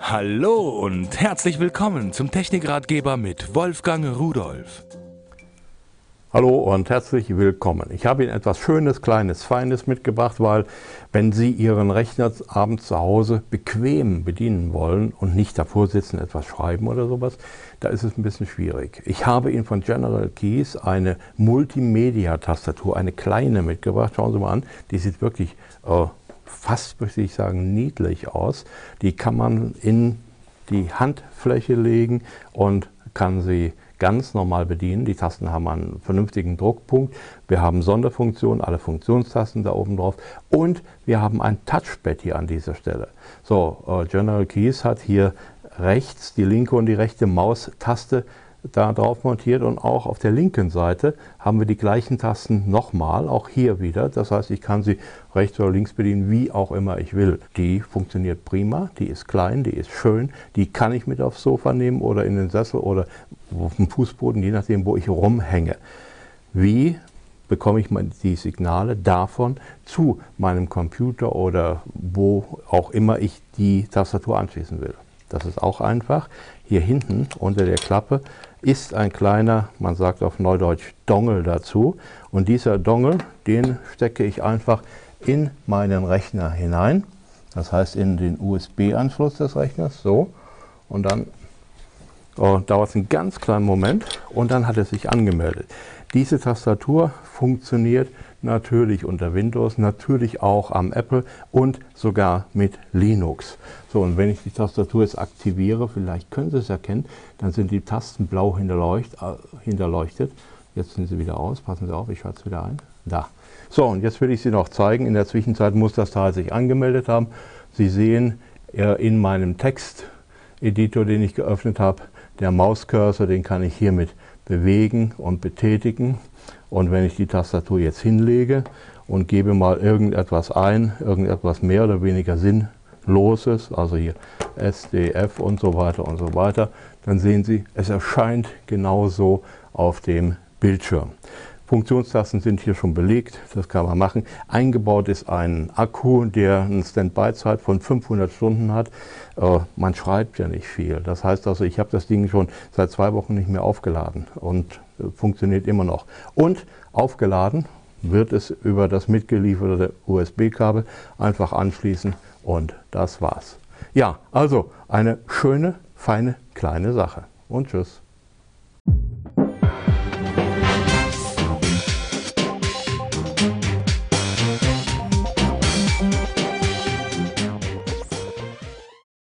Hallo und herzlich willkommen zum Technikratgeber mit Wolfgang Rudolph. Hallo und herzlich willkommen. Ich habe Ihnen etwas Schönes, Kleines, Feines mitgebracht, weil wenn Sie Ihren Rechner abends zu Hause bequem bedienen wollen und nicht davor sitzen, etwas schreiben oder sowas, da ist es ein bisschen schwierig. Ich habe Ihnen von General Keys eine Multimedia-Tastatur, eine kleine mitgebracht. Schauen Sie mal an, die sieht wirklich fast, möchte ich sagen, niedlich aus. Die kann man in die Handfläche legen und kann sie ganz normal bedienen. Die Tasten haben einen vernünftigen Druckpunkt. Wir haben Sonderfunktionen, alle Funktionstasten da oben drauf. Und wir haben ein Touchpad hier an dieser Stelle. So, General Keys hat hier rechts die linke und die rechte Maustaste da drauf montiert und auch auf der linken Seite haben wir die gleichen Tasten nochmal, auch hier wieder. Das heißt, ich kann sie rechts oder links bedienen, wie auch immer ich will. Die funktioniert prima, die ist klein, die ist schön, die kann ich mit aufs Sofa nehmen oder in den Sessel oder auf dem Fußboden, je nachdem, wo ich rumhänge. Wie bekomme ich die Signale davon zu meinem Computer oder wo auch immer ich die Tastatur anschließen will? Das ist auch einfach. Hier hinten unter der Klappe ist ein kleiner, man sagt auf Neudeutsch, Dongle dazu. Und dieser Dongle, den stecke ich einfach in meinen Rechner hinein. Das heißt in den USB-Anschluss des Rechners. So. Und dann dauert es einen ganz kleinen Moment und dann hat es sich angemeldet. Diese Tastatur funktioniert natürlich unter Windows, natürlich auch am Apple und sogar mit Linux. So, und wenn ich die Tastatur jetzt aktiviere, vielleicht können Sie es erkennen, dann sind die Tasten blau hinterleuchtet. Jetzt sind sie wieder aus, passen Sie auf, ich schalte es wieder ein. Da. So, und jetzt will ich Sie noch zeigen, in der Zwischenzeit muss das Teil sich angemeldet haben. Sie sehen in meinem Texteditor, den ich geöffnet habe, der Mauscursor, den kann ich hiermit bewegen und betätigen. Und wenn ich die Tastatur jetzt hinlege und gebe mal irgendetwas ein, irgendetwas mehr oder weniger Sinnloses, also hier SDF und so weiter, dann sehen Sie, es erscheint genauso auf dem Bildschirm. Funktionstasten sind hier schon belegt, das kann man machen. Eingebaut ist ein Akku, der eine Standby-Zeit von 500 Stunden hat. Man schreibt ja nicht viel. Das heißt also, ich habe das Ding schon seit 2 Wochen nicht mehr aufgeladen und funktioniert immer noch. Und aufgeladen wird es über das mitgelieferte USB-Kabel einfach anschließen und das war's. Ja, also eine schöne, feine, kleine Sache. Und tschüss.